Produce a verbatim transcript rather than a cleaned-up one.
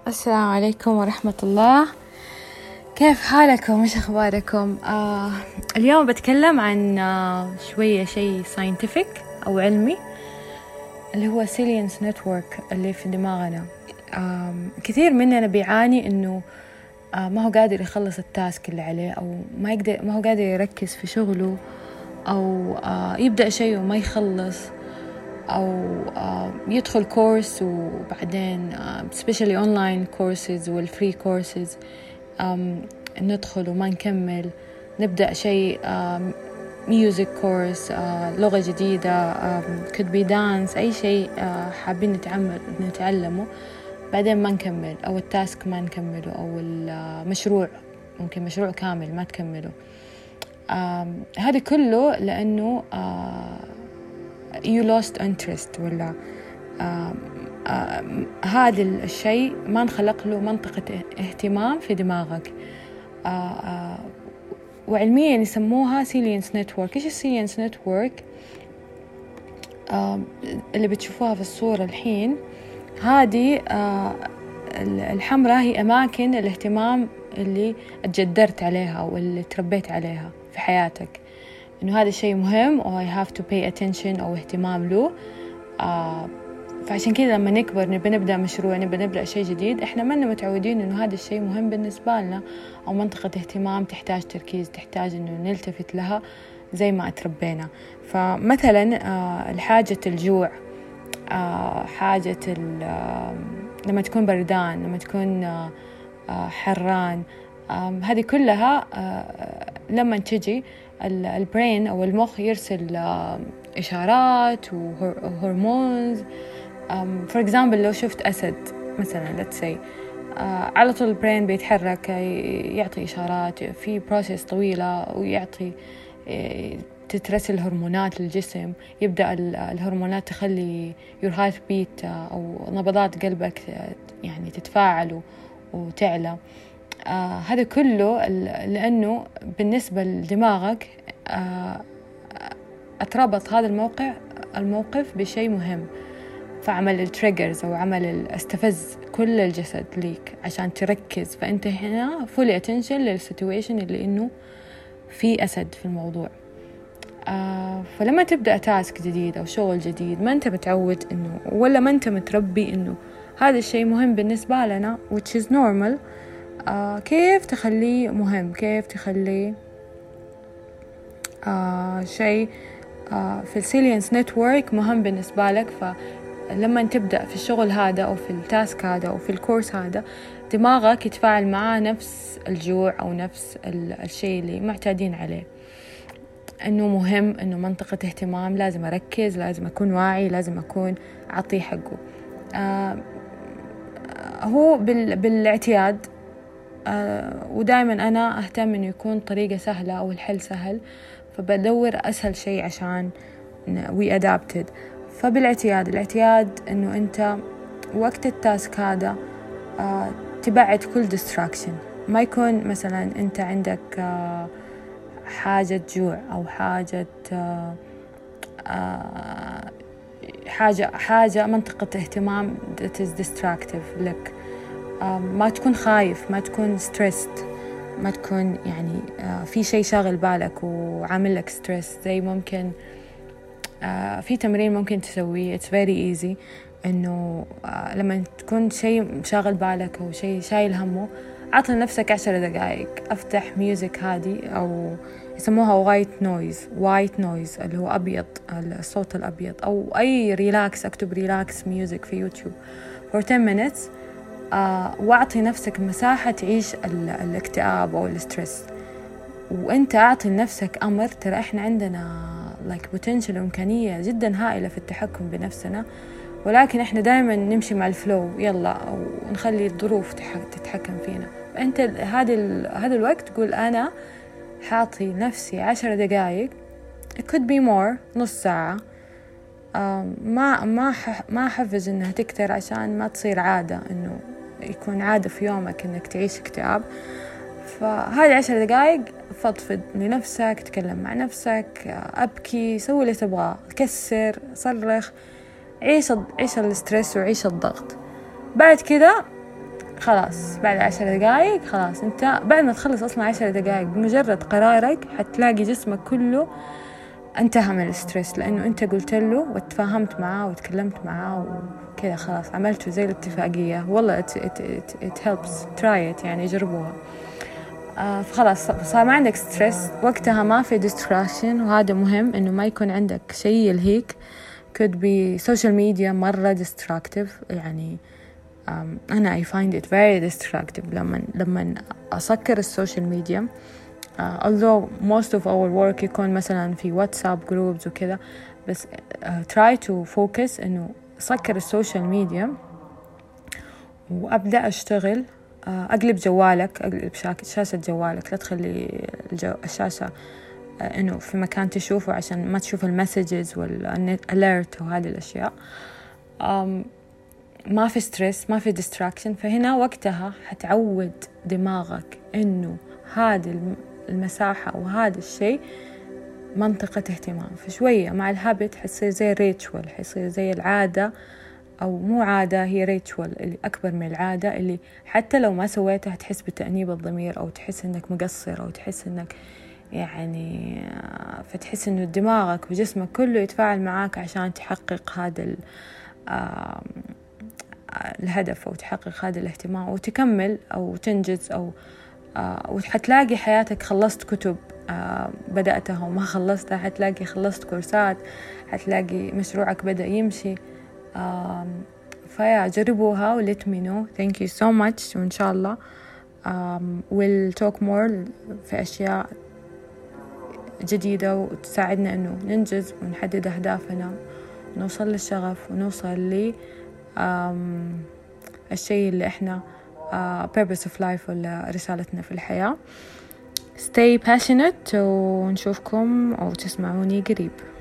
السلام عليكم ورحمة الله. كيف حالكم؟ وش أخباركم؟ آه اليوم بتكلم عن آه شوية شيء scientific أو علمي اللي هو Salience Network اللي في دماغنا. آه كثير مننا بيعاني إنه آه ما هو قادر يخلص التاسك اللي عليه، أو ما يقدر ما هو قادر يركز في شغله، أو آه يبدأ شيء وما يخلص، أو يدخل كورس وبعدين especially online courses والفري courses ندخل وما نكمل، نبدأ شيء music course، لغة جديدة، could be dance، أي شيء حابين نتعمل نتعلمه، بعدين ما نكمل، أو التاسك ما نكمله، أو المشروع ممكن مشروع كامل ما تكمله. هذا كله لأنه you lost interest، ولا هذا الشيء ما نخلق له منطقة اهتمام في دماغك. آه آه وعلميا يسموها Salience Network. إيش Salience Network؟ آه اللي بتشوفوها في الصورة الحين، هذه آه الحمراء هي أماكن الاهتمام اللي اتجدرت عليها أو اللي تربيت عليها في حياتك، إنه هذا الشيء مهم و I have to pay attention أو اهتمام له. آه فعشان كذا لما نكبر نبي نبدأ مشروع، نبي نبدأ شيء جديد، إحنا ما لنا متعودين إنه هذا الشيء مهم بالنسبة لنا، أو منطقة اهتمام تحتاج تركيز، تحتاج إنه نلتفت لها زي ما اتربينا. فمثلا آه الحاجة الجوع، آه حاجة آه لما تكون بردان، لما تكون آه آه حران، آه هذه كلها آه لما تجي البرين أو المخ يرسل إشارات وهرمونز. for example لو شفت أسد مثلا let's say، على طول البرين بيتحرك، يعطي إشارات في process طويلة، ويعطي تترسل هرمونات للجسم، يبدأ الهرمونات تخلي your heart beat أو نبضات قلبك يعني تتفاعل وتعلى. آه هذا كله لأنه بالنسبة لدماغك آه أتربط هذا الموقع الموقف بشيء مهم، فعمل التريجرز أو عمل استفز كل الجسد ليك عشان تركز، فأنت هنا fully attention للسيتويشن اللي إنه في أسد في الموضوع. آه فلما تبدأ تاسك جديد أو شغل جديد ما أنت متعود إنه، ولا ما أنت متربي إنه هذا الشيء مهم بالنسبة لنا which is normal، آه كيف تخليه مهم، كيف تخليه آه شيء آه في السيلينس نتورك مهم بالنسبة لك. فلما تبدأ في الشغل هذا أو في التاسك هذا أو في الكورس هذا، دماغك يتفاعل معاه نفس الجوع أو نفس الشيء اللي معتادين عليه، إنه مهم، إنه منطقة اهتمام، لازم أركز، لازم أكون واعي، لازم أكون أعطيه حقه. آه هو بال بالاعتياد، آه ودائما أنا أهتم إنه يكون طريقة سهلة أو الحل سهل، فبدور أسهل شيء عشان we adapted. فبالاعتياد الاعتياد إنه أنت وقت التاسك هذا آه تبعد كل distraction، ما يكون مثلا أنت عندك آه حاجة جوع أو حاجة آه آه حاجة حاجة منطقة اهتمام that is distractive لك. ما تكون خايف، ما تكون stressed، ما تكون يعني في شيء شاغل بالك وعامل لك stress. زي ممكن في تمرين ممكن تسويه it's very easy، إنه لما تكون شيء شاغل بالك أو شيء شايل همه، عطل نفسك عشر دقائق، أفتح ميوزك هادي أو يسموها white noise white noise اللي هو أبيض، الصوت الأبيض، أو أي ريلاكس، أكتب ريلاكس ميوزك في يوتيوب for ten minutes، آه واعطي نفسك مساحة تعيش الاكتئاب أو السترس. وأنت أعطي لنفسك أمر، ترى إحنا عندنا like potential، إمكانية جدا هائلة في التحكم بنفسنا، ولكن إحنا دائما نمشي مع الفلو، يلا ونخلي الظروف تتحكم فينا. فأنت هذا هذا الوقت تقول أنا حاطي نفسي عشر دقائق، it could be more، نص ساعة، آه ما ما ما أحفز إنها تكتر عشان ما تصير عادة، إنه يكون عادة في يومك إنك تعيش اكتئاب. فهذه عشر دقائق فضفض لنفسك، تكلم مع نفسك، أبكي، سوي اللي تبغاه، كسر، صرخ، عيش عيش الاسترس وعيش الضغط. بعد كده خلاص بعد عشر دقايق خلاص أنت بعد ما تخلص أصلا عشر دقايق بمجرد قرارك حتلاقي جسمك كله انتهى من الستريس، لأنه أنت قلت له وتفاهمت معاه وتكلمت معاه وكذا خلاص عملته زي الاتفاقية. والله it, it, it, it helps try it يعني جربوها. آه فخلاص صار ما عندك ستريس وقتها، ما في distraction، وهذا مهم إنه ما يكون عندك شيء يلهيك. could be social media مرة distractive يعني. um, أنا I find it very distractive لما لما أسكر السوشيال ميديا. Uh, although most of our work يكون مثلا في واتساب جروبز وكذا، بس uh, try to focus إنه سكر السوشيال ميديا وأبدأ أشتغل. uh, أقلب جوالك، أقلب شاشة جوالك، لا تخلي الجو... الشاشة uh, إنه في مكان تشوفه عشان ما تشوف المسجز والاليرت وهذه الأشياء. um, ما في ستريس، ما في distraction. فهنا وقتها حتعود دماغك إنه هذه المساحة وهذا الشيء منطقة اهتمام. فشوية مع الهابت حتصير زي ريتشوال، حيصير زي العادة، أو مو عادة، هي ريتشوال اللي أكبر من العادة، اللي حتى لو ما سويتها تحس بتأنيب الضمير أو تحس إنك مقصر أو تحس إنك يعني، فتحس إنه دماغك وجسمك كله يتفاعل معاك عشان تحقق هذا الهدف أو تحقق هذا الاهتمام وتكمل أو تنجز أو آه وحتلاقي حياتك خلصت كتب آه بدأتها وما خلصتها، حتلاقي خلصت كورسات، حتلاقي مشروعك بدأ يمشي. آه فيا جربوها و let me know. thank you so much، وإن شاء الله um, we'll talk more في أشياء جديدة وتساعدنا إنه ننجز ونحدد أهدافنا ونوصل للشغف ونوصل ل um, الشيء اللي إحنا Uh, purpose of life ولا رسالتنا في الحياة. stay passionate ونشوفكم أو تسمعوني قريب.